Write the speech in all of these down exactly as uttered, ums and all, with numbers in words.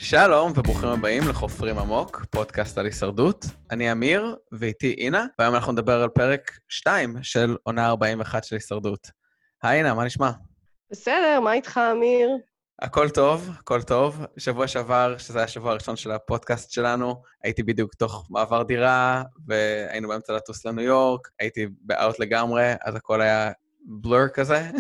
שלום וברוכים הבאים לחופרים עמוק, פודקאסט על הישרדות. אני אמיר ואיתי אינה, והיום אנחנו נדבר על פרק שתיים של עונה ארבעים ואחת של הישרדות. היי אינה, מה נשמע? בסדר, מה איתך אמיר? הכל טוב, הכל טוב. שבוע שעבר, שזה היה השבוע הראשון של הפודקאסט שלנו, הייתי בדיוק תוך מעבר דירה, והיינו באמצע לטוס לניו יורק, הייתי באוט לגמרי, אז הכל היה בלור כזה.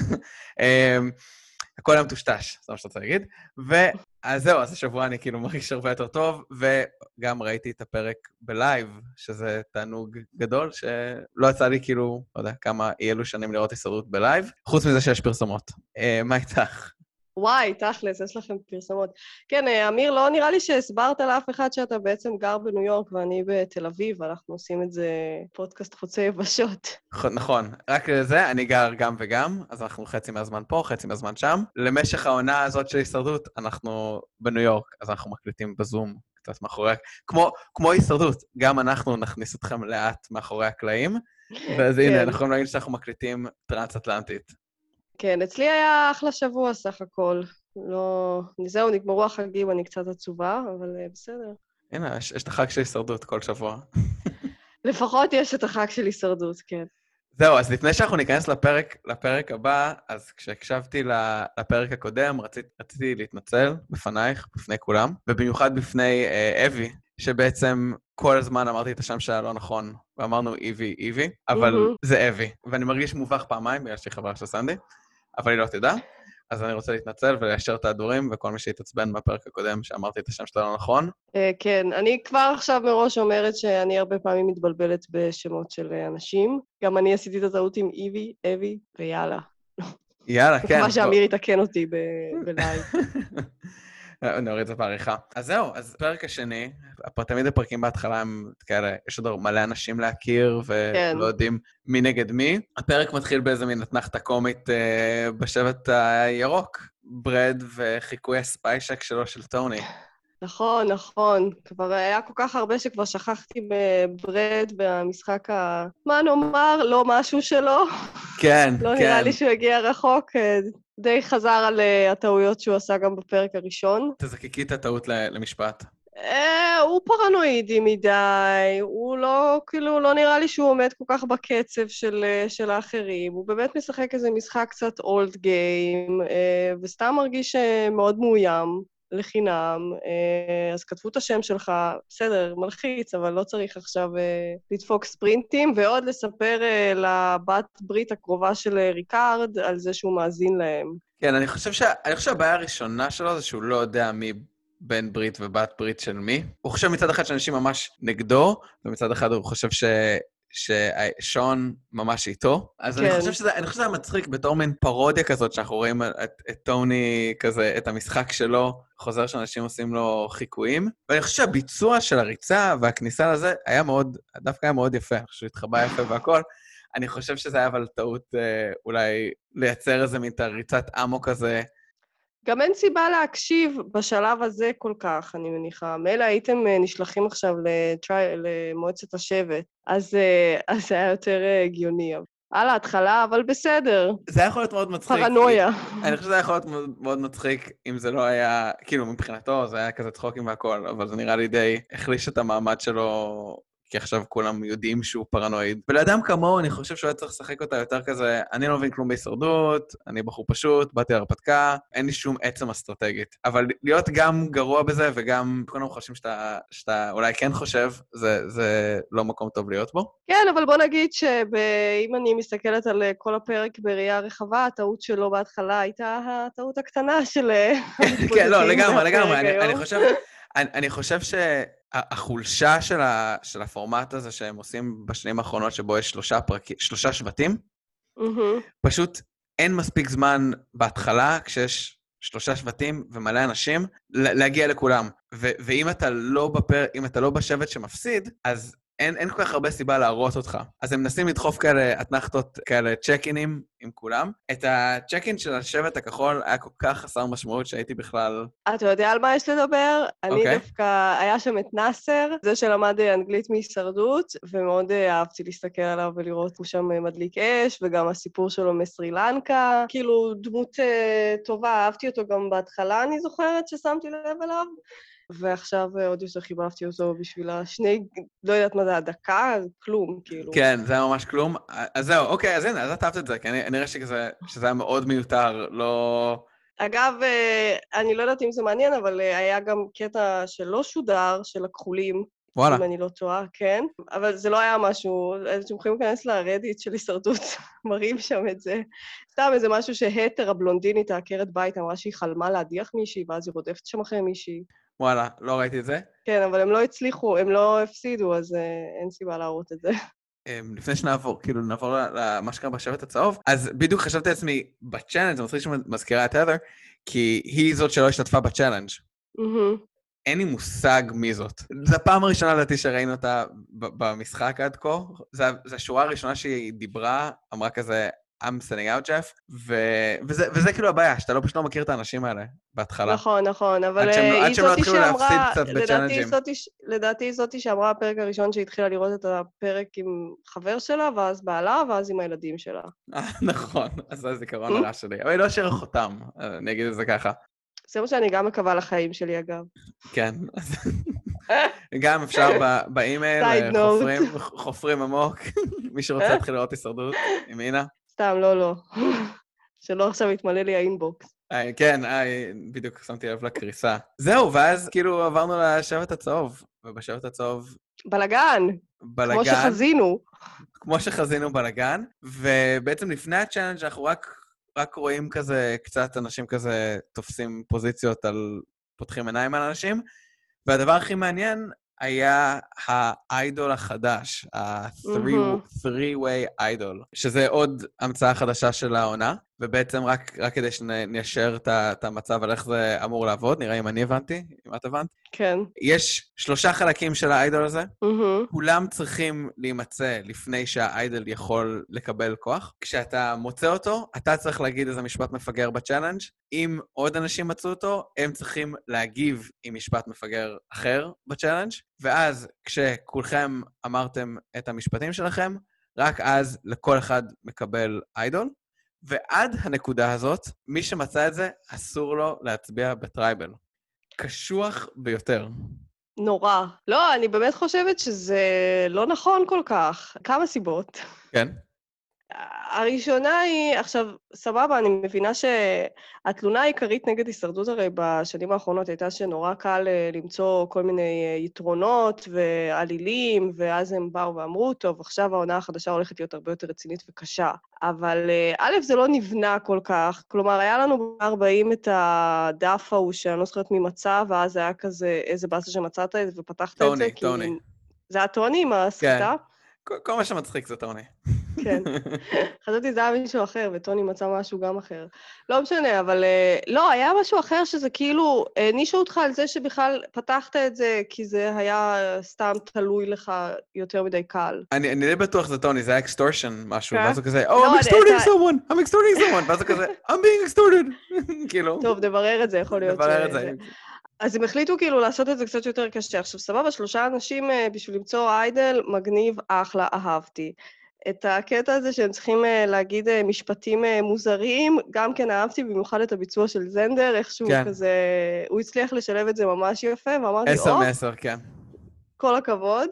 הכל היה מטושטש, זה מה שאתה רוצה להגיד. ואז זהו, אז השבוע אני כאילו מרגיש הרבה יותר טוב, וגם ראיתי את הפרק בלייב, שזה תענוג גדול, שלא יצא לי כאילו, לא יודע, כמה אי אלו שנים לראות הישרדות בלייב, חוץ מזה שיש פרסומות. מה איתך? וואי, תכלס, יש לכם פרסומות. כן, אמיר, לא נראה לי שהסברת לאף אחד שאתה בעצם גר בניו יורק ואני בתל אביב, ואנחנו עושים את זה פודקאסט חוצה יבשות. נכון, רק לזה אני גר גם וגם, אז אנחנו חצי מהזמן פה, חצי מהזמן שם. למשך העונה הזאת של הישרדות, אנחנו בניו יורק, אז אנחנו מקליטים בזום קצת מאחורי, כמו, כמו הישרדות, גם אנחנו נכניס אתכם לאט מאחורי הקלעים, ואז הנה, אנחנו יכולים להגיד שאנחנו מקליטים טרנס-אטלנטית. כן, אצלי היה אחלה שבוע סך הכל. לא... זהו, נגמרו החגים, אני קצת עצובה, אבל בסדר. הנה, יש, יש את החג של הישרדות כל שבוע. לפחות יש את החג של הישרדות, כן. זהו, אז לפני שאנחנו ניכנס לפרק, לפרק הבא, אז כשהקשבתי לפרק הקודם, רציתי, רציתי להתנצל בפנייך, בפני כולם, ובמיוחד בפני אה, אבי, שבעצם כל הזמן אמרתי את השם שלה לא נכון, ואמרנו איבי, איבי, אבל mm-hmm. זה אבי, ואני מרגיש מובך פעמיים, בגלל שהיא חברה של סנדי, אבל היא לא תדע, אז אני רוצה להתנצל וליישר את הדורים, וכל מי שהתעצבן מהפרק הקודם שאמרתי את השם שלה לא נכון. כן, אני כבר עכשיו מראש אומרת שאני הרבה פעמים מתבלבלת בשמות של אנשים. גם אני עשיתי את הטעות עם איבי, אבי, ויאללה. יאללה, כן. מקווה שאמיר יתקן אותי בלייב. נוריד את זה בעריכה. אז זהו, אז פרק השני, תמיד הפרקים בהתחלה הם כאלה, יש עוד מלא אנשים להכיר, ולא יודעים מי נגד מי. הפרק מתחיל באיזה מין אתנחתא קומית בשבט הירוק, ברד וחיקוי הספיישק שלו של טוני. נכון, נכון. כבר היה כל כך הרבה שכבר שכחתי בברד במשחק ה... מה נאמר? לא משהו שלו. כן, כן. לא נראה לי שהוא הגיע רחוק. די חזר על הטעויות שהוא עשה גם בפרק הראשון. תזקקי את הטעות למשפט. הוא פרנואידי מדי, הוא לא, כאילו, לא נראה לי שהוא עומד כל כך בקצב של, של האחרים. הוא באמת משחק איזה משחק קצת אולד גיים, וסתם מרגיש מאוד מאוים. לחינם, אז כתבו את השם שלך, בסדר, מלחיץ, אבל לא צריך עכשיו לדפוק ספרינטים, ועוד לספר לבת ברית הקרובה של ריקארד על זה שהוא מאזין להם. כן, אני חושב שה... אני חושב שהבעיה הראשונה שלו זה שהוא לא יודע מי בן ברית ובת ברית של מי. הוא חושב מצד אחד שאנשים ממש נגדו, ומצד אחד הוא חושב ש... ששון ממש איתו. אז כן. אני חושב שזה, אני חושב שזה מצחיק בתור מין פרודיה כזאת, שאנחנו רואים את, את טוני כזה, את המשחק שלו, חוזר שאנשים עושים לו חיקויים. ואני חושב שהביצוע של הריצה והכניסה לזה היה מאוד, דווקא היה מאוד יפה. אני חושב שהתחבא יפה והכל. אני חושב שזה היה אבל טעות אה, אולי לייצר איזה מין ריצת אמו כזה. גם אין סיבה להקשיב בשלב הזה כל כך, אני מניחה. מילא הייתם נשלחים עכשיו לטרי... למועצת השבט, אז, אז זה היה יותר הגיוני. על ההתחלה, אבל בסדר. זה היה יכול להיות מאוד מצחיק. פרנויה. אני חושב שזה היה יכול להיות מאוד, מאוד מצחיק, אם זה לא היה, כאילו מבחינתו זה היה כזה צחוקים והכל, אבל זה נראה לי די החליש את המעמד שלו, כי עכשיו כולם יודעים שהוא פרנואיד. ולאדם כמוהו, אני חושב שהוא היה צריך לשחק אותה יותר כזה, אני לא מבין כלום בהישרדות, אני בחור פשוט, באתי להרפתקה, אין לי שום עצם אסטרטגית. אבל להיות גם גרוע בזה, וגם כולם חושבים שאתה, שאתה אולי כן חושב, זה, זה לא מקום טוב להיות בו. כן, אבל בוא נגיד שאם אני מסתכלת על כל הפרק בראייה רחבה, הטעות שלו בהתחלה הייתה הטעות הקטנה של... כן, לא, לגמרי, לגמרי. אני, אני חושב, אני, אני חושב ש... החולשה של, ה, של הפורמט הזה שהם עושים בשנים האחרונות שבו יש שלושה, פרקים, שלושה שבטים, mm-hmm. פשוט אין מספיק זמן בהתחלה כשיש שלושה שבטים ומלא אנשים להגיע לכולם. ו, ואם אתה לא בפר, אם אתה לא בשבט שמפסיד, אז אין, אין כל כך הרבה סיבה להראות אותך. אז הם מנסים לדחוף כאלה אתנחתות, כאלה צ'ק-אינים עם כולם. את הצ'ק-אין של השבט הכחול היה כל כך חסר משמעות שהייתי בכלל... אתה יודע על מה יש לדבר? אני Okay. דווקא, היה שם את נאסר, זה שלמד אנגלית מהישרדות, ומאוד אהבתי להסתכל עליו ולראות הוא שם מדליק אש, וגם הסיפור שלו מסרי לנקה, כאילו דמות טובה, אהבתי אותו גם בהתחלה, אני זוכרת ששמתי לב אליו. ועכשיו עוד יותר חיבבתי אותו בשביל השני, לא יודעת מה זה, הדקה, כלום, כאילו. כן, זה היה ממש כלום. אז זהו, אוקיי, אז הנה, אז את אהבת את זה, כי אני נראה שכזה, שזה היה מאוד מיותר, לא... אגב, אני לא יודעת אם זה מעניין, אבל היה גם קטע שלא שודר, של הכחולים, וואלה. אם אני לא טועה, כן? אבל זה לא היה משהו, אתם יכולים להיכנס לרדיט של הישרדות, מראים שם את זה. סתם איזה משהו שהטר הבלונדינית, העקרת בית, אמרה שהיא חלמה להדיח מישהי, ואז היא רודפת שם אחרי מישהי. וואלה, לא ראיתי את זה. כן, אבל הם לא הצליחו, הם לא הפסידו, אז אין סיבה להראות את זה. לפני שנעבור, כאילו נעבור למה שקרה בשבט הצהוב, אז בדיוק חשבתי לעצמי, בצ'אלנג' זה מצחיק שמזכירה את הת'ר, כי היא זאת שלא השתתפה בצ'אלנג'. אין לי מושג מי זאת. זו הפעם הראשונה לדעתי שראינו אותה במשחק עד כה, זו השורה הראשונה שהיא דיברה, אמרה כזה, I'm sending out Jeff, וזה כאילו הבעיה, שאתה לא פשוט לא מכיר את האנשים האלה בהתחלה. נכון, נכון, אבל היא זאתי שאמרה, לדעתי היא זאתי שאמרה הפרק הראשון שהתחילה לראות את הפרק עם חבר שלה, ואז בעלה, ואז עם הילדים שלה. נכון, אז זה הזיכרון הרע שלי, אבל היא לא השאירה חותם, אני אגיד את זה ככה. זה מה שאני גם מקווה לחיים שלי, אגב. כן, גם אפשר באימייל, חופרים עמוק, מי שרוצה להתחיל לראות הישרדות, עם אינה. סתם, לא, לא. שלא עכשיו יתמלא לי האינבוקס. כן, בדיוק שמתי לב לקריסה. זהו, ואז כאילו עברנו לשבט הצהוב, ובשבט הצהוב... בלגן! בלגן. כמו שחזינו. כמו שחזינו בלגן, ובעצם לפני הצ'אלנג' אנחנו רק... רק רואים כזה, קצת אנשים כזה תופסים פוזיציות על, פותחים עיניים על אנשים, והדבר הכי מעניין היה האיידול החדש, ה-three-way idol, שזה עוד המצאה חדשה של העונה, ובעצם רק, רק כדי שניישר את המצב על איך זה אמור לעבוד, נראה אם אני הבנתי, אם את הבנת. כן. יש שלושה חלקים של האיידול הזה, כולם צריכים להימצא לפני שהאיידול יכול לקבל כוח. כשאתה מוצא אותו, אתה צריך להגיד איזה משפט מפגר בצ'אלנג'. אם עוד אנשים מצאו אותו, הם צריכים להגיב עם משפט מפגר אחר בצ'אלנג'. ואז כשכולכם אמרתם את המשפטים שלכם, רק אז לכל אחד מקבל איידול. ועד הנקודה הזאת, מי שמצא את זה, אסור לו להצביע בטרייבל. קשוח ביותר. נורא. לא, אני באמת חושבת שזה לא נכון כל כך. כמה סיבות. כן. הראשונה היא, עכשיו, סבבה, אני מבינה שהתלונה העיקרית נגד הישרדות הרי בשנים האחרונות הייתה שנורא קל למצוא כל מיני יתרונות ועלילים, ואז הם באו ואמרו, טוב, עכשיו העונה החדשה הולכת להיות הרבה יותר רצינית וקשה. אבל א', זה לא נבנה כל כך, כלומר, היה לנו ב-ארבעים את הדף ההוא שאני לא זוכרת ממצא, ואז היה כזה, איזה באסה שמצאת את זה ופתחת את זה. טוני, טוני. זה היה טוני עם הסחיטה? כן. כל מה שמצחיק זה טוני. כן. חשבתי זה היה מישהו אחר, וטוני מצא משהו גם אחר. לא משנה, אבל לא, היה משהו אחר שזה כאילו, נישו אותך על זה שבכלל פתחת את זה, כי זה היה סתם תלוי לך יותר מדי קל. אני די בטוח זה טוני, זה היה extortion משהו, ואז הוא כזה, Oh, I'm extorting someone, I'm extorting someone, ואז הוא כזה, I'm being extorted. כאילו. טוב, נברר את זה, יכול להיות ש... נברר את זה. אז הם החליטו כאילו לעשות את זה קצת יותר קשה. עכשיו, סבבה, שלושה אנשים בשביל למצוא איידל, מגניב, אחלה, אהבתי. את הקטע הזה שהם צריכים להגיד משפטים מוזרים, גם כן אהבתי במיוחד את הביצוע של זנדר, איכשהו כן. כזה, הוא הצליח לשלב את זה ממש יפה, ואמרתי, עשר מעשר, כן. כל הכבוד.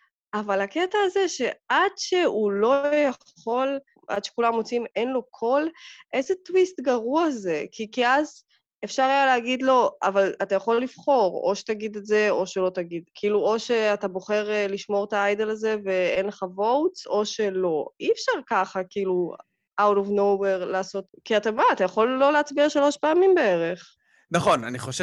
אבל הקטע הזה שעד שהוא לא יכול, עד שכולם מוצאים, אין לו קול, איזה טוויסט גרוע זה, כי, כי אז... אפשר היה להגיד לו, אבל אתה יכול לבחור, או שתגיד את זה, או שלא תגיד. כאילו, או שאתה בוחר לשמור את האיידל הזה ואין לך votes, או שלא. אי אפשר ככה, כאילו, out of nowhere לעשות... כי אתה בא, אתה יכול לא להצביע שלוש פעמים בערך. נכון, אני חושב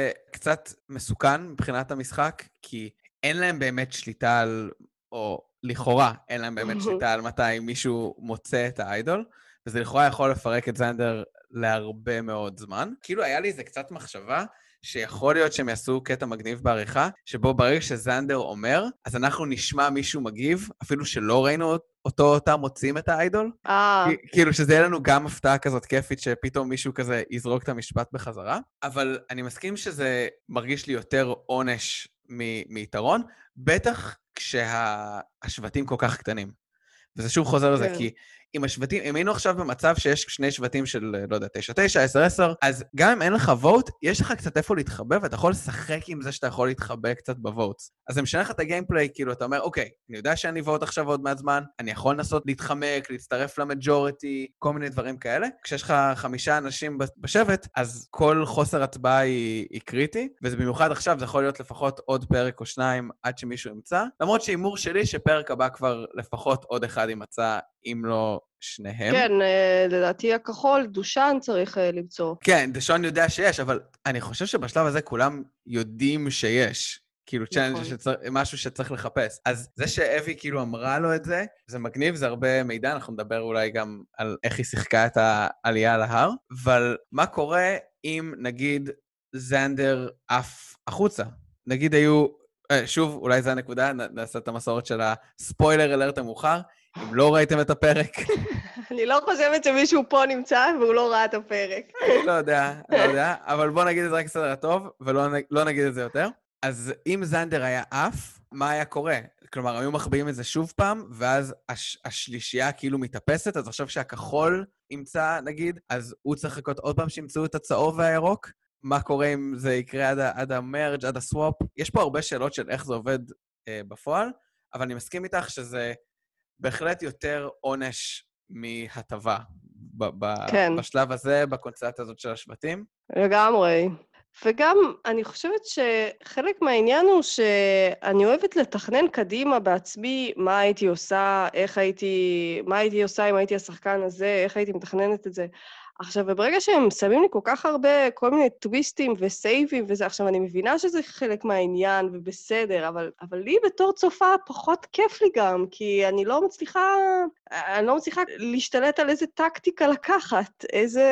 שקצת מסוכן מבחינת המשחק, כי אין להם באמת שליטה על... או לכאורה, אין להם באמת שליטה על מתי מישהו מוצא את האיידול, וזה לכאורה יכול לפרק את זנדר להרבה מאוד זמן. כאילו היה לי איזה קצת מחשבה, שיכול להיות שהם יעשו קטע מגניב בעריכה, שבו ברגע שזנדר אומר, אז אנחנו נשמע מישהו מגיב, אפילו שלא ראינו אותו אותה מוצאים את האיידול. כאילו שזה יהיה לנו גם הפתעה כזאת כיפית, שפתאום מישהו כזה יזרוק את המשפט בחזרה. אבל אני מסכים שזה מרגיש לי יותר עונש מיתרון, בטח כשהשבטים כל כך קטנים. וזה שוב חוזר לזה, כי אם השבטים, אם היינו עכשיו במצב שיש שני שבטים של, לא יודע, תשע תשע, עשר עשר, אז גם אם אין לך ווט, יש לך קצת איפה להתחבא, ואתה יכול לשחק עם זה שאתה יכול להתחבא קצת בווט. אז זה משנה לך את הגיימפליי, כאילו, אתה אומר, אוקיי, אני יודע שאני ווט עכשיו עוד מעט זמן, אני יכול לנסות להתחמק, להצטרף למג'וריטי, כל מיני דברים כאלה. כשיש לך חמישה אנשים בשבט, אז כל חוסר הצבעה היא, היא קריטי, וזה במיוחד עכשיו, זה יכול להיות לפחות עוד פרק או שניים עד שמישהו ימצא. למרות שהאימור שלי שפרק הבא כבר לפחות עוד אחד ימצא, אם לא שניהם. כן, לדעתי הכחול, דושן צריך למצוא. כן, דושן יודע שיש, אבל אני חושב שבשלב הזה כולם יודעים שיש. כאילו צ'אלנג' שצר... משהו שצריך לחפש. אז זה שאבי כאילו אמרה לו את זה, זה מגניב, זה הרבה מידע, אנחנו נדבר אולי גם על איך היא שיחקה את העלייה להר, אבל מה קורה אם נגיד זנדר עף החוצה? נגיד היו, שוב, אולי זה הנקודה, נעשה את המסורת של הספוילר אלרט המאוחר, אם לא ראיתם את הפרק. אני לא חושבת שמישהו פה נמצא והוא לא ראה את הפרק. אני לא יודע, אני לא יודע, אבל בוא נגיד את זה רק סדר הטוב, ולא נגיד את זה יותר. אז אם זנדר היה אף, מה היה קורה? כלומר, היו מחביאים את זה שוב פעם, ואז הש, השלישייה כאילו מתאפסת, אז עכשיו שהכחול ימצא, נגיד, אז הוא צריך לחכות עוד פעם שימצאו את הצהוב והירוק? מה קורה אם זה יקרה עד, עד המרג', עד הסוואפ? יש פה הרבה שאלות של איך זה עובד אה, בפועל, אבל אני מסכים איתך שזה בהחלט יותר עונש מהטבה ב- ב- כן. בשלב הזה, בקונסטלציה הזאת של השבטים. לגמרי. וגם אני חושבת שחלק מהעניין הוא שאני אוהבת לתכנן קדימה בעצמי מה הייתי עושה, איך הייתי, מה הייתי עושה אם הייתי השחקן הזה, איך הייתי מתכננת את זה. עכשיו, וברגע שהם שמים לי כל כך הרבה, כל מיני טוויסטים וסייבים וזה, עכשיו אני מבינה שזה חלק מהעניין ובסדר, אבל, אבל לי בתור צופה פחות כיף לי גם, כי אני לא מצליחה, אני לא מצליחה להשתלט על איזה טקטיקה לקחת, איזה...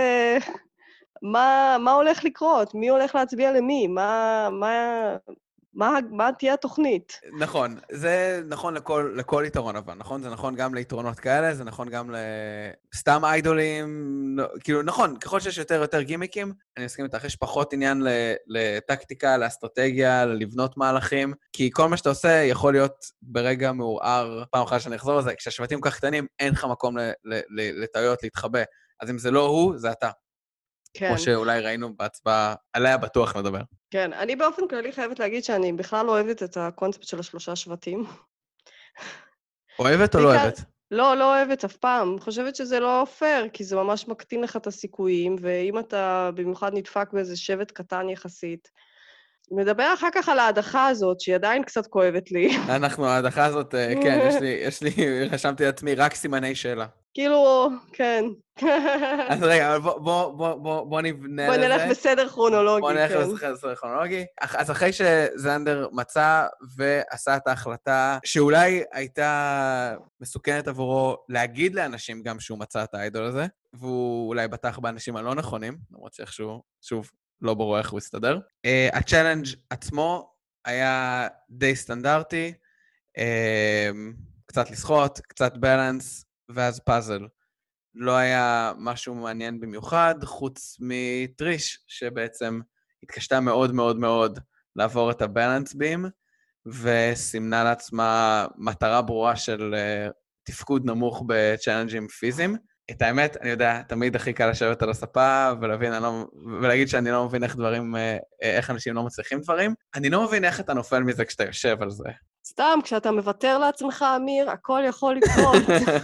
מה, מה הולך לקרות? מי הולך להצביע למי? מה, מה, מה, מה תהיה התוכנית? נכון, זה נכון לכל, לכל יתרון אבל, נכון? זה נכון גם ליתרונות כאלה, זה נכון גם לסתם איידולים, כאילו, נכון, ככל שיש יותר יותר גימיקים, אני מסכים איתך, יש פחות עניין לטקטיקה, לאסטרטגיה, לבנות מהלכים, כי כל מה שאתה עושה יכול להיות ברגע מעורער, פעם אחת שאני אחזור לזה, כשהשבטים כך קטנים, אין לך מקום לטעויות, להתחבא, אז אם זה לא הוא, זה אתה. כן. כמו שאולי ראינו בהצבעה, עליה בטוח נדבר. כן, אני באופן כללי חייבת להגיד שאני בכלל לא אוהבת את הקונספט של השלושה שבטים. אוהבת או לא אוהבת? לא, לא אוהבת אף פעם. אני חושבת שזה לא פייר, כי זה ממש מקטין לך את הסיכויים, ואם אתה במיוחד נדפק באיזה שבט קטן יחסית, מדבר אחר כך על ההדחה הזאת, שהיא עדיין קצת כואבת לי. אנחנו, ההדחה הזאת, כן, יש לי, יש לי, רשמתי לעצמי רק סימני שאלה. כאילו, כן. אז רגע, בוא, בוא, בוא, בוא, בוא נבנה לזה. בוא נלך בסדר כרונולוגי, בוא נלך כן. בסדר כרונולוגי. אז אחרי שזנדר מצא ועשה את ההחלטה, שאולי הייתה מסוכנת עבורו להגיד לאנשים גם שהוא מצא את האיידול הזה, והוא אולי בטח באנשים הלא נכונים, למרות שאיכשהו, שוב, לא ברור איך הוא יסתדר. Uh, הצ'אלנג' עצמו היה די סטנדרטי, uh, קצת לשחות, קצת בלנס, ואז פאזל. לא היה משהו מעניין במיוחד, חוץ מטריש, שבעצם התקשתה מאוד מאוד מאוד לעבור את הבלנס בים, וסימנה לעצמה מטרה ברורה של uh, תפקוד נמוך בצ'אלנג'ים פיזיים. את האמת, אני יודע, תמיד הכי קל לשבת על הספה ולהבין, לא, ולהגיד שאני לא מבין איך דברים, איך אנשים לא מצליחים דברים. אני לא מבין איך אתה נופל מזה כשאתה יושב על זה. סתם, כשאתה מוותר לעצמך, אמיר, הכל יכול לקרות.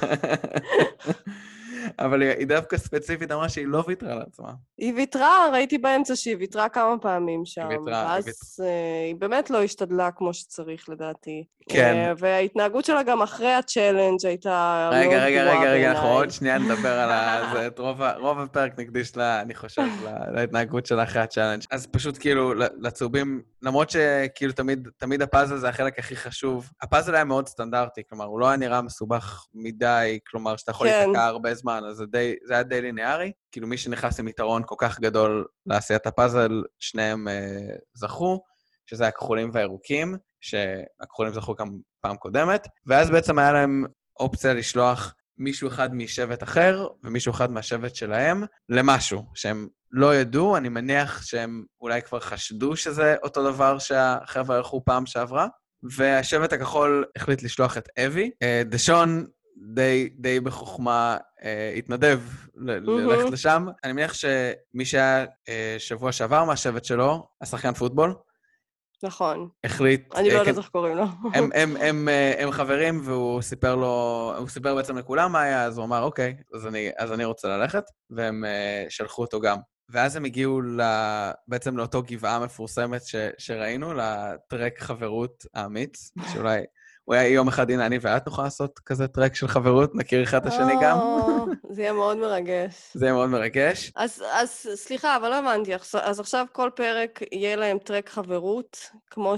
אבל היא דווקא ספציפית אמרה שהיא לא ויתרה לעצמה. היא ויתרה, ראיתי באמצע שהיא ויתרה כמה פעמים שם. היא ויתרה. ואז היא, ויתרה. היא באמת לא השתדלה כמו שצריך, לדעתי. כן. וההתנהגות שלה גם אחרי הצ'אלנג' הייתה מאוד רגע, רגע, רגע, רגע, אנחנו עוד שנייה נדבר על זה. רוב הפרק נקדיש לה, אני חושב, להתנהגות שלה אחרי הצ'אלנג'. אז פשוט כאילו, לצהובים, למרות שכאילו תמיד, תמיד הפאזל זה החלק הכי חשוב. הפאזל היה מאוד סטנדרטי, כלומר, הוא לא היה נראה מסובך מדי, כלומר, שאתה יכול להתקע הרבה זמן, אז זה, די, זה היה די ליניארי. כאילו מי שנכנס עם יתרון כל כך גדול לעשיית הפאזל, שניהם אה, זכו, שזה הכחולים והירוקים, שהכחולים זכו גם פעם קודמת, ואז בעצם היה להם אופציה לשלוח מישהו אחד משבט אחר, ומישהו אחד מהשבט שלהם, למשהו שהם לא ידעו, אני מניח שהם אולי כבר חשדו שזה אותו דבר שהחבר'ה הלכו פעם שעברה, והשבט הכחול החליט לשלוח את אבי. דשון די, די בחוכמה אה, התנדב ל- ללכת לשם. אני מניח שמי שהיה אה, שבוע שעבר מהשבט שלו, השחקן פוטבול, נכון. החליט... אני לא אה, יודעת כן, איך קוראים לו. הם, הם, הם, אה, הם חברים, והוא סיפר לו, הוא סיפר בעצם לכולם מה היה, אז הוא אמר, אוקיי, אז אני, אז אני רוצה ללכת, והם אה, שלחו אותו גם. ואז הם הגיעו ל, בעצם לאותו גבעה מפורסמת ש, שראינו, לטרק חברות האמיץ, שאולי הוא היה יום אחד, הנה, אני ואת נוכל לעשות כזה טרק של חברות, נכיר אחד את השני גם. זה יהיה מאוד מרגש. זה יהיה מאוד מרגש. אז, אז סליחה, אבל לא הבנתי. אז עכשיו כל פרק יהיה להם טרק חברות, כמו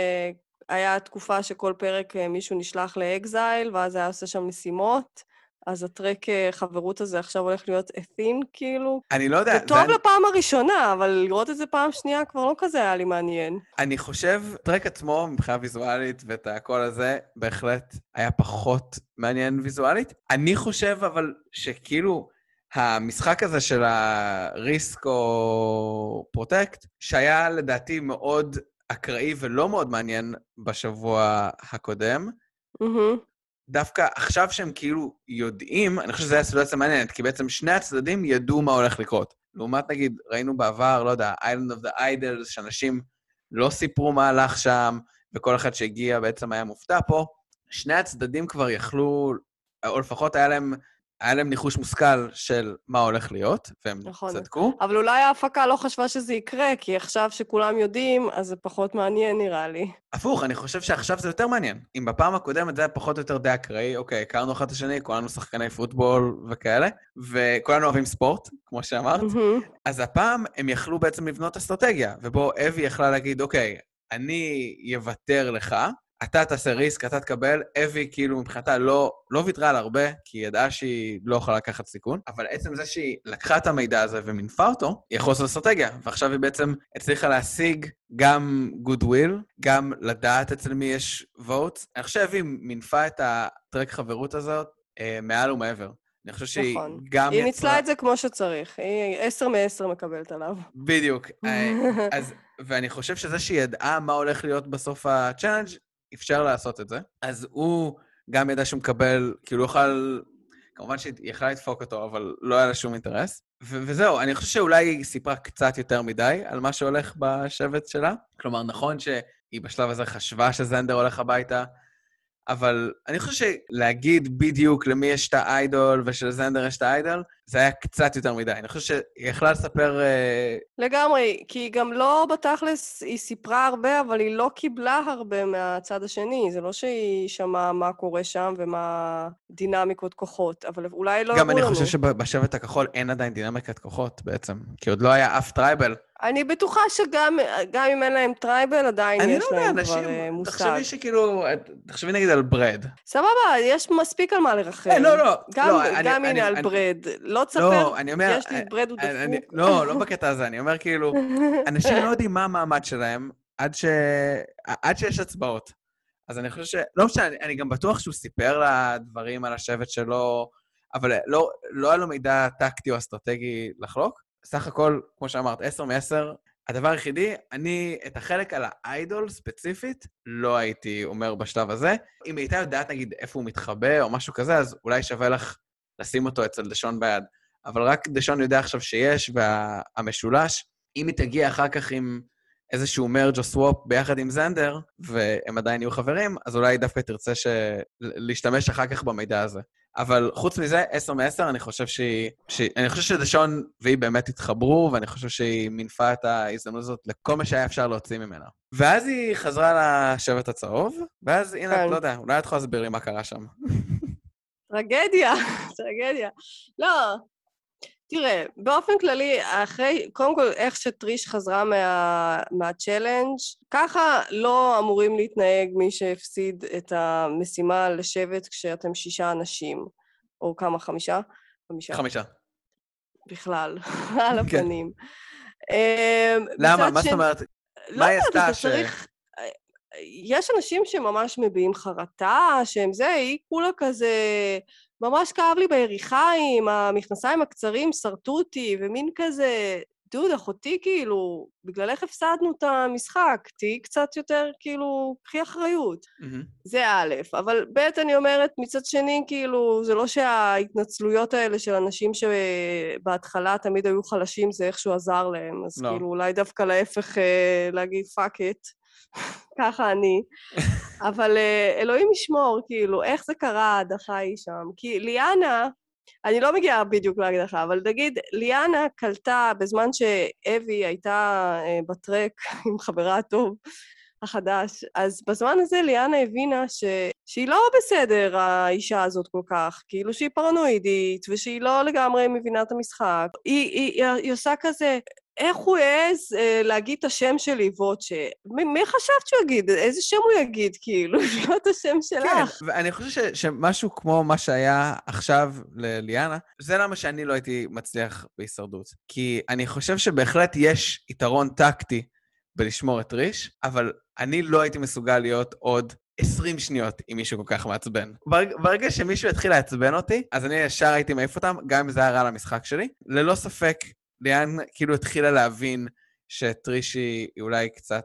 שהיה תקופה שכל פרק מישהו נשלח לאקזייל, ואז היה עושה שם משימות. אז הטרק חברות הזה עכשיו הולך להיות a thing, כאילו. אני לא יודע. זה טוב זה... לפעם הראשונה, אבל לראות את זה פעם שנייה כבר לא כזה היה לי מעניין. אני חושב, טרק עצמו, מבחינה ויזואלית ואת הכל הזה, בהחלט היה פחות מעניין ויזואלית. אני חושב אבל שכאילו, המשחק הזה של הריסק או פרוטקט, שהיה לדעתי מאוד אקראי ולא מאוד מעניין בשבוע הקודם, mm-hmm. דווקא עכשיו שהם כאילו יודעים, אני חושב שזו היה סיטואציה מעניינת, כי בעצם שני הצדדים ידעו מה הולך לקרות. לעומת נגיד, ראינו בעבר, לא יודע, Island of the Idols, שאנשים לא סיפרו מה הלך שם, וכל אחד שהגיע בעצם היה מופתע פה, שני הצדדים כבר יכלו, או לפחות היה להם, היה להם ניחוש מושכל של מה הולך להיות, והם נכון. צדקו. אבל אולי ההפקה לא חשבה שזה יקרה, כי עכשיו שכולם יודעים, אז זה פחות מעניין נראה לי. הפוך, אני חושב שעכשיו זה יותר מעניין. אם בפעם הקודמת זה היה פחות או יותר די אקראי, אוקיי, הכרנו אחד את השני, כולנו שחקני פוטבול וכאלה, וכולנו אוהבים ספורט, כמו שאמרת, Mm-hmm. אז הפעם הם יכלו בעצם לבנות אסטרטגיה, ובו אבי יכלה להגיד, אוקיי, אני יוותר לך, אתה תעשה ריסק, אתה תקבל, אבי כאילו מבחינתה לא, לא ויתרה על הרבה, כי היא ידעה שהיא לא יכולה לקחת סיכון, אבל עצם זה שהיא לקחה את המידע הזה ומנפה אותו, היא יכולה לעשות אסטרטגיה, ועכשיו היא בעצם הצליחה להשיג גם גודוויל, גם לדעת אצל מי יש votes. אני חושב שהיא מנפה את הטרק חברות הזאת אה, מעל ומעבר. אני חושב שהיא נכון. גם היא יצרה... ניצלה את זה כמו שצריך. היא עשר מעשר מקבלת עליו. בדיוק. אז, ואני חושב שזה שהיא ידעה מה הולך להיות בסוף הצ'אלנג' אפשר לעשות את זה. אז הוא גם ידע שהוא מקבל, כאילו הוא יוכל, כמובן שהיא יכלה לדפוק אותו, אבל לא היה לה שום אינטרס. ו- וזהו, אני חושב שאולי היא סיפרה קצת יותר מדי על מה שהולך בשבט שלה. כלומר, נכון שהיא בשלב הזה חשבה שזנדר הולך הביתה, אבל אני חושב שלהגיד בדיוק למי יש את האיידול ושלזנדר יש את האיידול, זה היה קצת יותר מדי. אני חושב שהיא יכלה לספר... לגמרי, כי היא גם לא בתכלס, היא סיפרה הרבה, אבל היא לא קיבלה הרבה מהצד השני. זה לא שהיא שמעה מה קורה שם ומה דינמיקות כוחות, אבל אולי לא... גם אני חושב שבשבט הכחול אין עדיין דינמיקת כוחות בעצם, כי עוד לא היה אף טרייבל. אני בטוחה שגם אם אין להם טרייבל, עדיין יש לא להם אנשים, כבר מושג. תחשבי שכאילו, תחשבי נגיד על ברד. סבבה, יש מספיק על מה לרחל. לא, לא. גם, לא, גם אני, הנה אני, על ברד. לא תספר, לא, אני אומר, יש לי את ברד ודפוק. אני, לא, לא בקטע הזה, אני אומר כאילו, אנשים לא יודעים מה המעמד שלהם עד, ש... עד שיש הצבעות. אז אני חושב ש... לא משנה, אני, אני גם בטוח שהוא סיפר לה דברים על השבט שלו, אבל לא, לא היה לו מידע טקטי או אסטרטגי לחלוק. סך הכל, כמו שאמרת, עשר מעשר, הדבר היחידי, אני את החלק על האיידול ספציפית, לא הייתי אומר בשלב הזה. אם הייתה יודעת, נגיד, איפה הוא מתחבא או משהו כזה, אז אולי שווה לך לשים אותו אצל דשון ביד. אבל רק דשון יודע עכשיו שיש, והמשולש, אם היא תגיע אחר כך עם איזשהו מרג' או סוואפ ביחד עם זנדר, והם עדיין יהיו חברים, אז אולי דווקא תרצה ש... להשתמש אחר כך במידע הזה. אבל חוץ מזה, עשר מעשר, אני חושב שהיא... ש... אני חושב שדשון והיא באמת התחברו, ואני חושב שהיא מנפה את ההזדמנות הזאת לכל מה שהיה אפשר להוציא ממנה. ואז היא חזרה לשבט הצהוב, ואז הנה, כן. לא יודע, אולי את יכולה להסביר לי מה קרה שם. טרגדיה, טרגדיה. לא, תראה, באופן כללי, אחרי, קודם כל, איך שטריש חזרה מה, מהצ'לנג', ככה לא אמורים להתנהג מי שהפסיד את המשימה לשבט כשאתם שישה אנשים, או כמה, חמישה? חמישה. חמישה. בכלל, על הפנים. למה? מה זאת אומרת? מה היא עשתה ש... יש אנשים שממש מביעים חרטה, שהם זה, היא כולה כזה... ממש כאב לי ביריחיים, המכנסיים הקצרים שרטו אותי, ומין כזה דוד, אחותי, כאילו, בגלל איך הפסדנו את המשחק, תהי קצת יותר, כאילו, קחי אחריות. Mm-hmm. זה א', אבל ב' אני אומרת, מצד שני, כאילו, זה לא שההתנצלויות האלה של אנשים שבהתחלה תמיד היו חלשים, זה איכשהו עזר להם, אז לא. כאילו, אולי דווקא להפך להגיד fuck it, ככה אני. אבל אלוהים ישמור, כאילו, איך זה קרה ההדחה היא שם? כי ליאנה, אני לא מגיעה בדיוק להגדחה, אבל נגיד, ליאנה קלטה בזמן שאבי הייתה בטרק עם חברה הטוב, החדש. אז בזמן הזה ליאנה הבינה ש... שהיא לא בסדר, האישה הזאת כל כך, כאילו שהיא פרנואידית, ושהיא לא לגמרי מבינה את המשחק. היא, היא, היא, היא עושה כזה, איך הוא העז אה, להגיד את השם שלי, ווצ'ה? מי, מי חשבת שהוא יגיד? איזה שם הוא יגיד, כאילו? לא את השם שלך. כן, ואני חושב ש, שמשהו כמו מה שהיה עכשיו לליאנה, זה למה שאני לא הייתי מצליח בהישרדות. כי אני חושב שבהחלט יש יתרון טקטי, בלשמור את ריש, אבל אני לא הייתי מסוגל להיות עוד עשרים שניות עם מישהו כל כך מעצבן. ברגע, ברגע שמישהו התחיל לעצבן אותי, אז אני ישר הייתי מעיף אותם, גם אם זה היה רע למשחק שלי. ללא ספק, ליאן כאילו התחילה להבין שטריש היא אולי קצת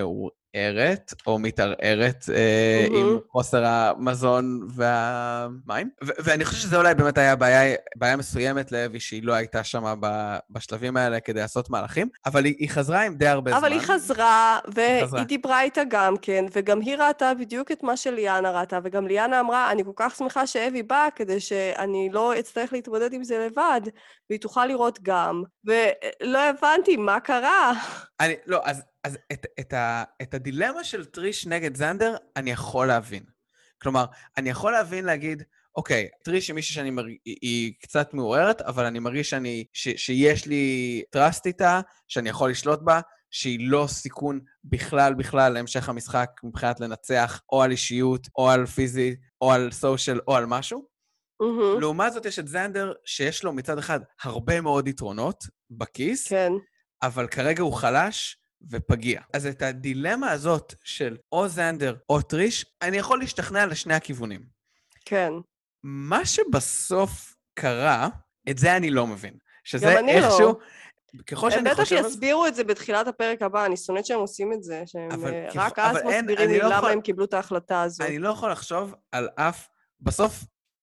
מעורערת, או מתערערת אה, Mm-hmm. עם חוסר המזון והמים. ו- ואני חושב שזה אולי באמת היה בעיה, בעיה מסוימת לאבי, שהיא לא הייתה שם ב- בשלבים האלה כדי לעשות מהלכים, אבל היא, היא חזרה עם די הרבה אבל זמן. אבל היא חזרה, והיא חזרה. דיברה איתה גם כן, וגם היא ראתה בדיוק את מה שליאנה ראתה, וגם ליאנה אמרה, אני כל כך שמחה שאבי בא, כדי שאני לא אצטרך להתמודד עם זה לבד, והיא תוכל לראות גם. ולא הבנתי מה קרה. אני, לא, אז, אז את, את, ה, את הדילמה של טריש נגד זנדר, אני יכול להבין. כלומר, אני יכול להבין להגיד, אוקיי, טריש היא מישהו שאני מרגיש, היא, היא קצת מעוררת, אבל אני מרגיש שאני, ש, שיש לי טראסט איתה, שאני יכול לשלוט בה, שהיא לא סיכון בכלל בכלל להמשך המשחק מבחינת לנצח, או על אישיות, או על פיזי, או על סושיאל, או על משהו. Mm-hmm. לעומת זאת יש את זנדר, שיש לו מצד אחד הרבה מאוד יתרונות בכיס, כן. אבל כרגע הוא חלש ופגיע. אז את הדילמה הזאת של או זנדר או טריש, אני יכול להשתכנע לשני הכיוונים. כן. מה שבסוף קרה, את זה אני לא מבין. שזה גם אני איכשהו, לא. ככל שאני הם חושב... בטח יסבירו את זה בתחילת הפרק הבא, אני שונאת שהם עושים את זה, שהם אבל רק ככל... אז אבל אין, מסבירים לי לא למה יכול... הם קיבלו את ההחלטה הזאת. אני לא יכול לחשוב על אף... בסוף,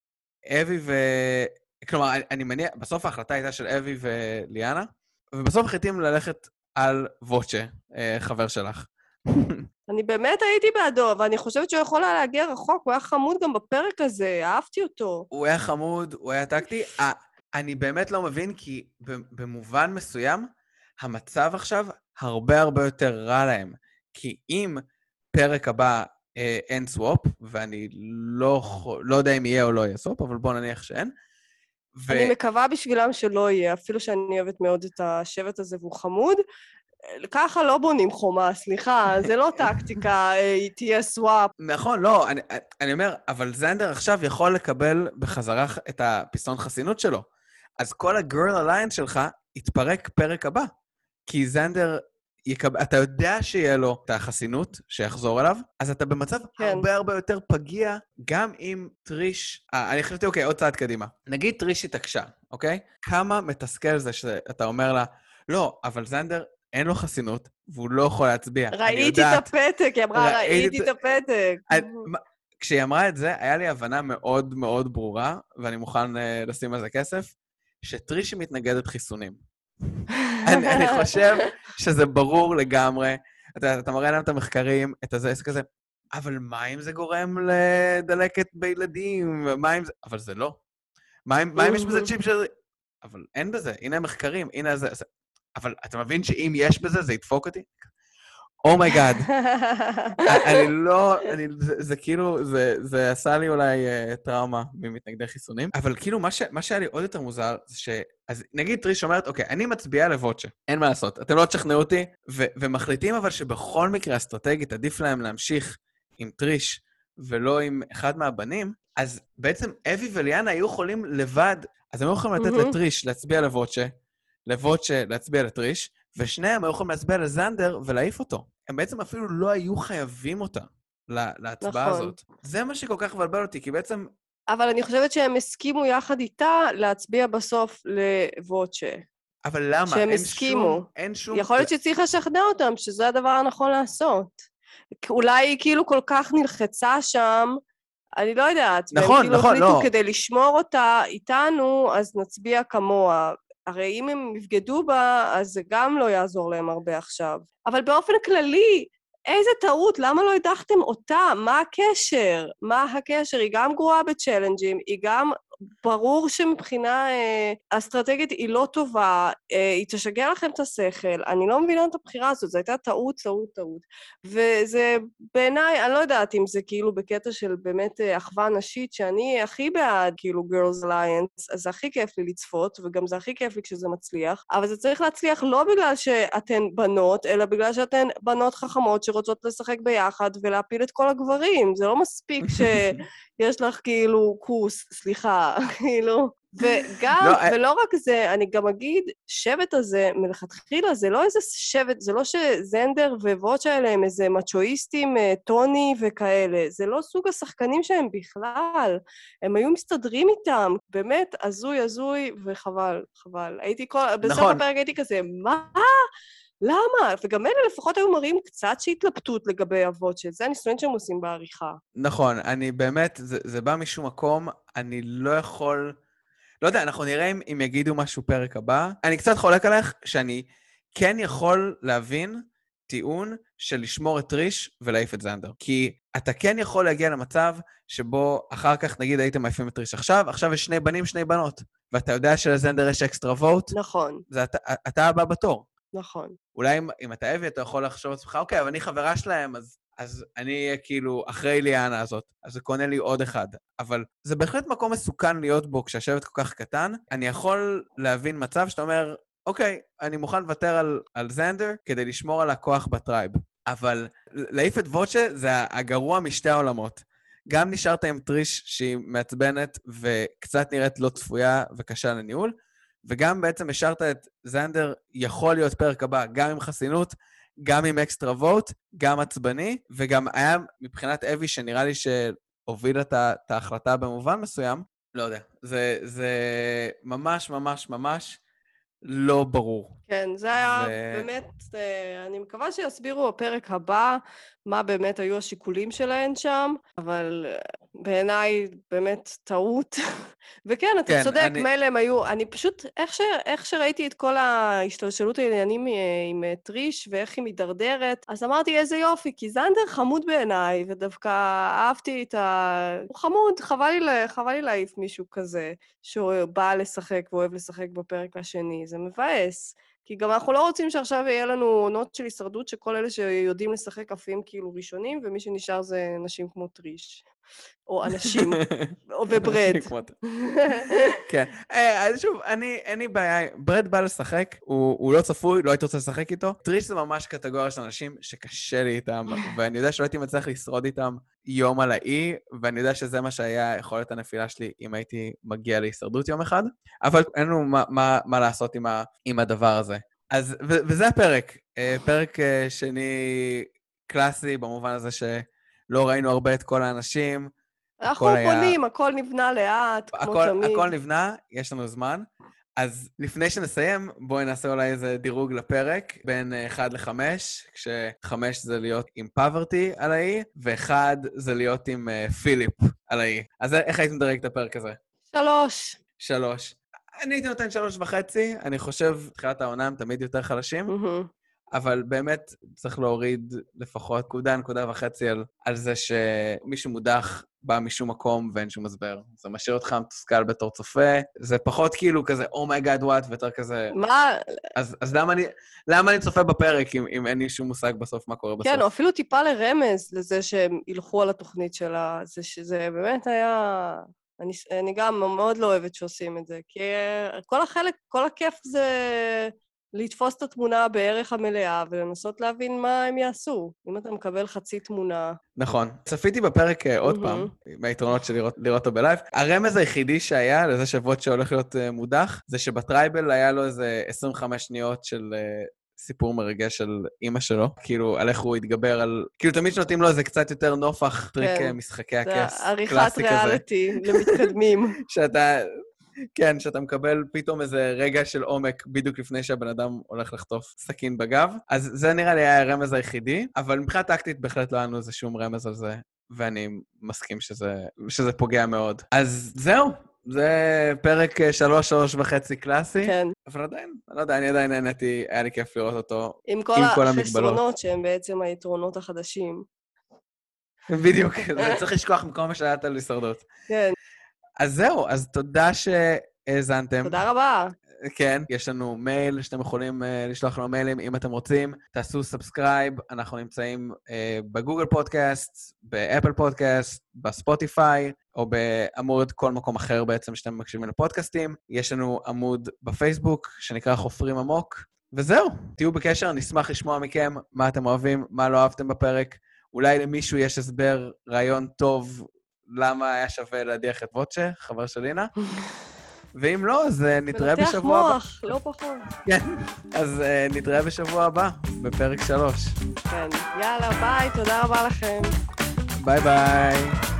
אבי ו... כלומר, אני, אני מניע... בסוף ההחלטה הייתה של אבי וליאנה, ובסוף החליטים ללכת על ווצ'ה, חבר שלך. אני באמת הייתי בעדו, אבל אני חושבת שהוא יכול היה להגיע רחוק, הוא היה חמוד גם בפרק הזה, אהבתי אותו. הוא היה חמוד, הוא היה טקטי. אני באמת לא מבין, כי במובן מסוים, המצב עכשיו הרבה הרבה יותר רע להם. כי אם פרק הבא אה, אין סוואפ, ואני לא, לא יודע אם יהיה או לא יהיה סוואפ, אבל בוא נניח שאין. ו... אני מקווה בשבילם שלא יהיה, אפילו שאני אוהבת מאוד את השבט הזה והוא חמוד. ככה לא בונים חומה, סליחה, זה לא טקטיקה, תהיה סוואפ. נכון, לא, אני, אני אומר, אבל זנדר עכשיו יכול לקבל בחזרה את הפיסטון חסינות שלו. אז כל הגרל אליינס שלך יתפרק פרק הבא. כי זנדר, יקב... אתה יודע שיהיה לו את החסינות שיחזור אליו, אז אתה במצב כן. הרבה הרבה יותר פגיע, גם אם טריש... אה, אני חשבתי, אוקיי, עוד צעד קדימה. נגיד טריש התעקשה, אוקיי? כמה מתסכל זה שאתה אומר לה, לא, אבל זנדר אין לו חסינות, והוא לא יכול להצביע. ראיתי יודעת, את הפתק, היא אמרה, ראיתי את הפתק. כשהיא אמרה את זה, היה לי הבנה מאוד מאוד ברורה, ואני מוכן uh, לשים על זה כסף, שטריש מתנגדת חיסונים. אני, אני חושב שזה ברור לגמרי. אתה, אתה מראה להם את המחקרים, את הזה, כזה, אבל מה אם זה גורם לדלקת בילדים? מה אם זה... אבל זה לא. מה אם, מה אם יש בזה צ'יפ של... אבל אין בזה, הנה המחקרים, הנה זה... אבל אתה מבין שאם יש בזה, זה ידפוק אותי? אומייגאד. אני לא... אני, זה, זה כאילו, זה, זה עשה לי אולי uh, טראומה ממתנגדי חיסונים, אבל כאילו מה, ש, מה שהיה לי עוד יותר מוזר, זה ש... אז נגיד טריש אומרת, אוקיי, אני מצביעה לווצ'ה, אין מה לעשות, אתם לא תשכנעו אותי, ו- ומחליטים אבל שבכל מקרה אסטרטגית עדיף להם להמשיך עם טריש ולא עם אחד מהבנים, אז בעצם אבי וליאנה היו יכולים לבד, אז הם היו יכולים לתת mm-hmm. לטריש להצביע לווצ'ה, לווצ'ה להצביע לטריש, ושניהם היו יכולים להצביע לזנדר ולהעיף אותו. הם בעצם אפילו לא היו חייבים אותה לה, להצבעה נכון. הזאת. זה מה שכל כך מבלבל אותי, כי בעצם... אבל אני חושבת שהם הסכימו יחד איתה להצביע בסוף לווצ'ה. אבל למה? שהם אין הסכימו. שום, אין שום... יכול להיות שצריך לשכנע אותם שזה הדבר הנכון לעשות. אולי היא כאילו כל כך נלחצה שם, אני לא יודעת. נכון, והם כאילו נכון, החליטו לא. כדי לשמור אותה איתנו, אז נצביע כמוה. הרי אם הם יבגדו בה, אז זה גם לא יעזור להם הרבה עכשיו. אבל באופן כללי, איזה טעות, למה לא הדחתם אותה? מה הקשר? מה הקשר? היא גם גרועה בצ'לנג'ים, היא גם ברור שמבחינה אה, אסטרטגית היא לא טובה, אה, היא תשגע לכם את השכל, אני לא מבינה את הבחירה הזאת, זו הייתה טעות, טעות, טעות. וזה בעיניי, אני לא יודעת אם זה כאילו בקטע של באמת אה, אחווה נשית, שאני הכי בעד כאילו Girls Alliance, אז זה הכי כיף לי לצפות, וגם זה הכי כיף לי כשזה מצליח, אבל זה צריך להצליח לא בגלל שאתן בנות, אלא בגלל שאתן בנות חכמות שרוצות לשחק ביחד ולהפיל את כל הגברים, זה לא מספיק שיש לך כאילו כוס, סליחה, כאילו, וגם, לא, ולא רק זה, אני גם אגיד, שבט הזה, מלכתחילה, זה לא איזה שבט, זה לא שזנדר ווואץ' האלה הם איזה מצ'ואיסטים, טוני וכאלה, זה לא סוג השחקנים שהם בכלל, הם היו מסתדרים איתם, באמת, הזוי, הזוי, וחבל, חבל. הייתי כל, בסוף נכון. הפרק הייתי כזה, מה? למה? וגם אלה לפחות היו מראים קצת שהתלבטות לגבי אבות, שזה הניסויים שהם עושים בעריכה. נכון, אני באמת, זה, זה בא משום מקום, אני לא יכול... לא יודע, אנחנו נראה אם, אם יגידו משהו פרק הבא. אני קצת חולק עליך שאני כן יכול להבין טיעון של לשמור את טריש ולהעיף את זנדר. כי אתה כן יכול להגיע למצב שבו אחר כך, נגיד, הייתם מעיפים את טריש עכשיו, עכשיו יש שני בנים, שני בנות, ואתה יודע שלזנדר יש אקסטרה ווט. נכון. זה אתה, אתה הבא בתור. נכון. אולי אם, אם אתה אבי, אתה יכול לחשוב לעצמך, אוקיי, אבל אני חברה שלהם, אז... אז אני אהיה כאילו אחרי ליאנה הזאת, אז זה קונה לי עוד אחד. אבל זה בהחלט מקום מסוכן להיות בו כשהשבט כל כך קטן. אני יכול להבין מצב שאתה אומר, אוקיי, אני מוכן לוותר על, על זנדר כדי לשמור על הכוח בטרייב. אבל להעיף את ווצ'ה זה הגרוע משתי העולמות. גם נשארת עם טריש שהיא מעצבנת וקצת נראית לא צפויה וקשה לניהול, וגם בעצם השארת את זנדר יכול להיות פרק הבא, גם עם חסינות, גם עם אקסטרה ווט, גם עצבני, וגם היה מבחינת אבי שנראה לי שהוביל את ההחלטה במובן מסוים, לא יודע, זה, זה ממש ממש ממש לא ברור. כן, זה היה ו... באמת, אני מקווה שיסבירו בפרק הבא מה באמת היו השיקולים שלהן שם, אבל בעיניי באמת טעות. וכן, אתה כן, צודק, אני... מילא הם היו, אני פשוט, איך, ש, איך שראיתי את כל ההשתלשלות העניינים עם טריש ואיך היא מדרדרת, אז אמרתי איזה יופי, כי זנדר חמוד בעיניי, ודווקא אהבתי את ה... הוא חמוד, חבל לי, חבל לי להעיף מישהו כזה, שהוא בא לשחק ואוהב לשחק בפרק השני, זה מבאס. כי גם אנחנו לא רוצים שעכשיו יהיה לנו עונות של הישרדות שכל אלה שיודעים לשחק עפים כאילו ראשונים, ומי שנשאר זה נשים כמו טריש. או אנשים. וברד. כן. אז שוב, אין לי בעיה. ברד בא לשחק, הוא לא צפוי, לא הייתי רוצה לשחק איתו. טריש זה ממש קטגוריה של אנשים שקשה לי איתם, ואני יודע שלא הייתי מצליח לשרוד איתם יום על האי, ואני יודע שזה מה שהיה יכולת הנפילה שלי אם הייתי מגיע להישרדות יום אחד, אבל אין לנו מה לעשות עם הדבר הזה. אז, וזה הפרק. פרק שני קלאסי, במובן הזה שלא ראינו הרבה את כל האנשים. אנחנו פונים, הכל נבנה לאט, כמו תמיד. הכל נבנה, יש לנו זמן. אז לפני שנסיים, בואי נעשה אולי איזה דירוג לפרק, בין אחד לחמש, כשחמש זה להיות עם פאברטי על האי, ואחד זה להיות עם פיליפ על האי. אז איך היית מדרג את הפרק הזה? שלוש. שלוש. אני הייתי נותן שלוש וחצי, אני חושב, תחילת העונה הם תמיד יותר חלשים, אבל באמת צריך להוריד לפחות נקודה, נקודה וחצי על, על זה שמישהו מודח בא משום מקום ואין שום הסבר. זה משאיר אותך מתוסכל בתור צופה, זה פחות כאילו כזה, Oh my God, what, ויותר כזה... מה? אז, אז למה אני, למה אני צופה בפרק אם, אם אין לי שום מושג בסוף מה קורה בסוף? כן, או אפילו טיפה לרמז לזה שהם ילכו על התוכנית שלה, זה שזה באמת היה... אני, אני גם מאוד לא אוהבת שעושים את זה, כי כל החלק, כל הכיף זה לתפוס את התמונה בערך המלאה ולנסות להבין מה הם יעשו. אם אתה מקבל חצי תמונה... נכון. צפיתי בפרק עוד פעם, מהיתרונות של לראות, לראות אותו בלייב. הרמז היחידי שהיה לזה שבועות שהולך להיות מודח, זה שבטרייבל היה לו איזה עשרים וחמש שניות של... סיפור מרגש של אמא שלו, כאילו, על איך הוא התגבר על... כאילו, תמיד שנותנים לו איזה קצת יותר נופח, טריק משחקי הכס, עריכת ריאליטי למתקדמים. שאתה... כן, שאתה מקבל פתאום איזה רגע של עומק בדיוק לפני שהבן אדם הולך לחטוף סכין בגב. אז זה נראה לי היה הרמז היחידי, אבל מבחינה טקטית בהחלט לא היה לנו איזה שום רמז על זה, ואני מסכים שזה, שזה פוגע מאוד. אז זהו, זה פרק שלוש, שלוש וחצי קלאסי. כן. אבל עדיין, אני לא יודע, אני עדיין נהניתי, היה לי כיף לראות אותו. עם כל, עם כל החסרונות שהם בעצם היתרונות החדשים. בדיוק, זה צריך לשכוח מכל מה שהיה על הישרדות. כן. אז זהו, אז תודה שהאזנתם. תודה רבה. כן, יש לנו מייל שאתם יכולים uh, לשלוח לנו מיילים אם אתם רוצים. תעשו סאבסקרייב, אנחנו נמצאים uh, בגוגל פודקאסט, באפל פודקאסט, בספוטיפיי, או בעמוד כל מקום אחר בעצם שאתם מקשיבים לפודקאסטים. יש לנו עמוד בפייסבוק שנקרא חופרים עמוק, וזהו, תהיו בקשר, נשמח לשמוע מכם מה אתם אוהבים, מה לא אהבתם בפרק. אולי למישהו יש הסבר, רעיון טוב, למה היה שווה להדיח את ווצ'ה, חבר של לינה. ואם לא, אז נתראה בשבוע הבא. מנתח מוח, לא פחות. כן, אז נתראה בשבוע הבא, בפרק שלוש. כן, יאללה, ביי, תודה רבה לכם. ביי ביי.